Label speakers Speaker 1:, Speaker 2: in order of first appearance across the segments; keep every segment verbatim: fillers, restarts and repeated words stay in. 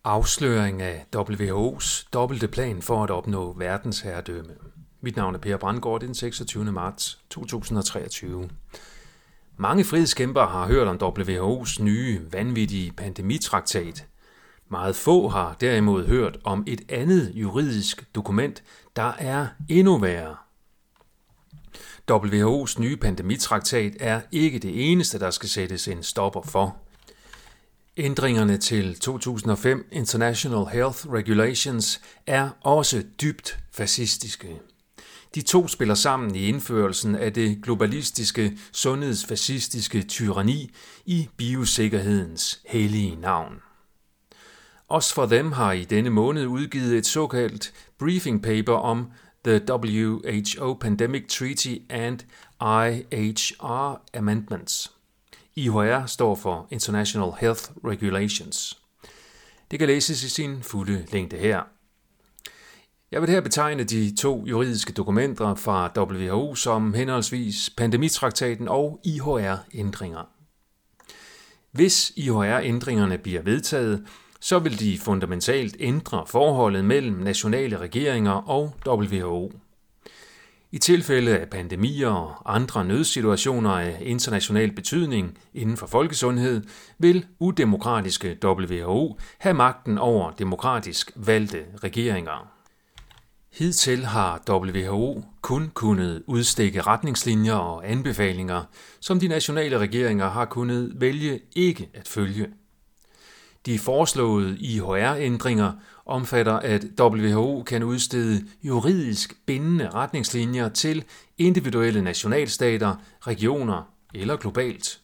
Speaker 1: Afsløring af W H O's dobbelte plan for at opnå verdensherredømme. Mit navn er Per Brandgaard, den seksogtyvende marts to tusind og treogtyve. Mange frihedskæmpere har hørt om W H O's nye, vanvittige pandemitraktat. Meget få har derimod hørt om et andet juridisk dokument, der er endnu værre. W H O's nye pandemitraktat er ikke det eneste, der skal sættes en stopper for. Ændringerne til to tusind og fem International Health Regulations er også dybt fascistiske. De to spiller sammen i indførelsen af det globalistiske, sundhedsfascistiske tyranni i biosikkerhedens hellige navn. Os for dem har i denne måned udgivet et såkaldt briefing paper om The W H O Pandemic Treaty and I H R Amendments. I H R står for International Health Regulations. Det kan læses i sin fulde længde her. Jeg vil her betegne de to juridiske dokumenter fra W H O som henholdsvis pandemitraktaten og I H R-ændringer. Hvis I H R-ændringerne bliver vedtaget, så vil de fundamentalt ændre forholdet mellem nationale regeringer og W H O. I tilfælde af pandemier og andre nødsituationer af international betydning inden for folkesundhed, vil udemokratiske W H O have magten over demokratisk valgte regeringer. Hidtil har W H O kun kunnet udstikke retningslinjer og anbefalinger, som de nationale regeringer har kunnet vælge ikke at følge. De foreslåede I H R-ændringer omfatter, at W H O kan udstede juridisk bindende retningslinjer til individuelle nationalstater, regioner eller globalt.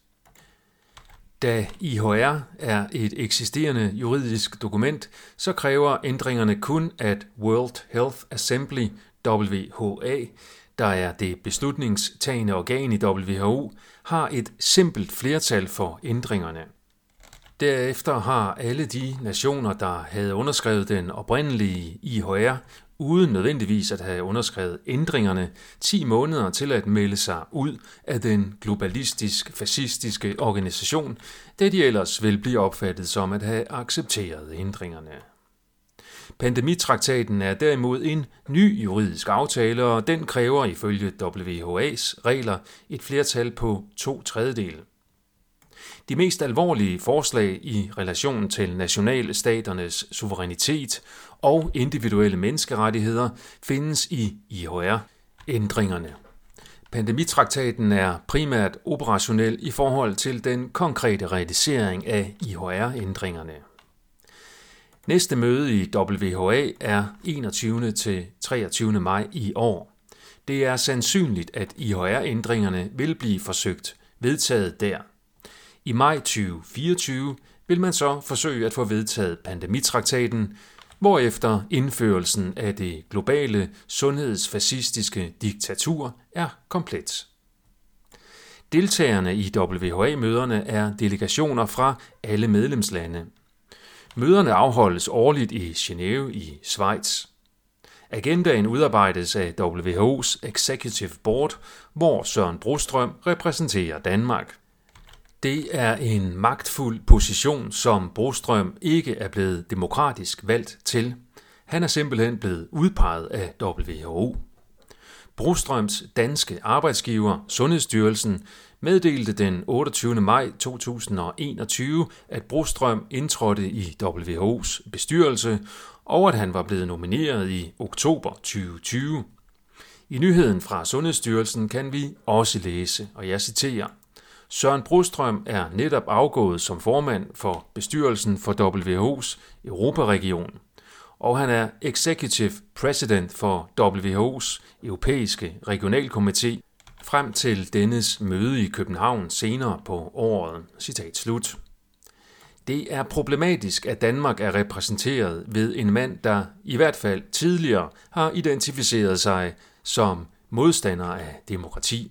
Speaker 1: Da I H R er et eksisterende juridisk dokument, så kræver ændringerne kun, at World Health Assembly, W H A, der er det beslutningstagende organ i W H O, har et simpelt flertal for ændringerne. Derefter har alle de nationer, der havde underskrevet den oprindelige I H R, uden nødvendigvis at have underskrevet ændringerne, ti måneder til at melde sig ud af den globalistisk-fascistiske organisation, da de ellers vil blive opfattet som at have accepteret ændringerne. Pandemitraktaten er derimod en ny juridisk aftale, og den kræver ifølge W H A's regler et flertal på to tredjedele. De mest alvorlige forslag i relation til nationalstaternes suverænitet og individuelle menneskerettigheder findes i I H R-ændringerne. Pandemitraktaten er primært operationel i forhold til den konkrete realisering af I H R-ændringerne. Næste møde i W H A er enogtyvende til treogtyvende maj i år. Det er sandsynligt, at I H R-ændringerne vil blive forsøgt vedtaget der. I maj tyve fireogtyve vil man så forsøge at få vedtaget pandemitraktaten, hvorefter indførelsen af det globale sundhedsfascistiske diktatur er komplet. Deltagerne i W H A-møderne er delegationer fra alle medlemslande. Møderne afholdes årligt i Genève i Schweiz. Agendaen udarbejdes af W H O's Executive Board, hvor Søren Brostrøm repræsenterer Danmark. Det er en magtfuld position, som Brostrøm ikke er blevet demokratisk valgt til. Han er simpelthen blevet udpeget af W H O. Brostrøms danske arbejdsgiver, Sundhedsstyrelsen, meddelte den otteogtyvende maj to tusind og enogtyve, at Brostrøm indtrådte i W H O's bestyrelse, og at han var blevet nomineret i oktober tyve tyve. I nyheden fra Sundhedsstyrelsen kan vi også læse, og jeg citerer: Søren Brostrøm er netop afgået som formand for bestyrelsen for W H O's Europaregion, og han er Executive President for W H O's Europæiske Regionalkomité frem til dennes møde i København senere på året. Citat slut. Det er problematisk, at Danmark er repræsenteret ved en mand, der i hvert fald tidligere har identificeret sig som modstander af demokrati.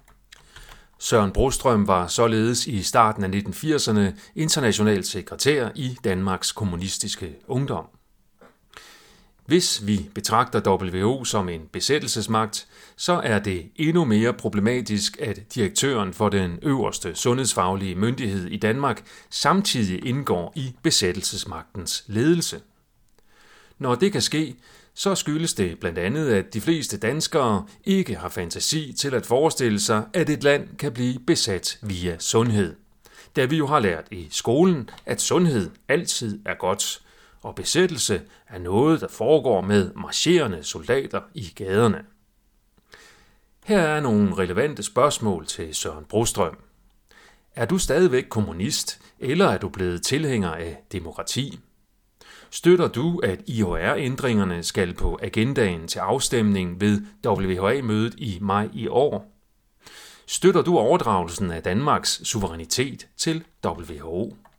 Speaker 1: Søren Brostrøm var således i starten af nitten firserne international sekretær i Danmarks Kommunistiske Ungdom. Hvis vi betragter W H O som en besættelsesmagt, så er det endnu mere problematisk, at direktøren for den øverste sundhedsfaglige myndighed i Danmark samtidig indgår i besættelsesmagtens ledelse. Når det kan ske, så skyldes det blandt andet, at de fleste danskere ikke har fantasi til at forestille sig, at et land kan blive besat via sundhed. Da vi jo har lært i skolen, at sundhed altid er godt, og besættelse er noget, der foregår med marcherende soldater i gaderne. Her er nogle relevante spørgsmål til Søren Brostrøm. Er du stadigvæk kommunist, eller er du blevet tilhænger af demokrati? Støtter du, at I H R-ændringerne skal på agendaen til afstemning ved W H A-mødet i maj i år? Støtter du overdragelsen af Danmarks suverænitet til W H O?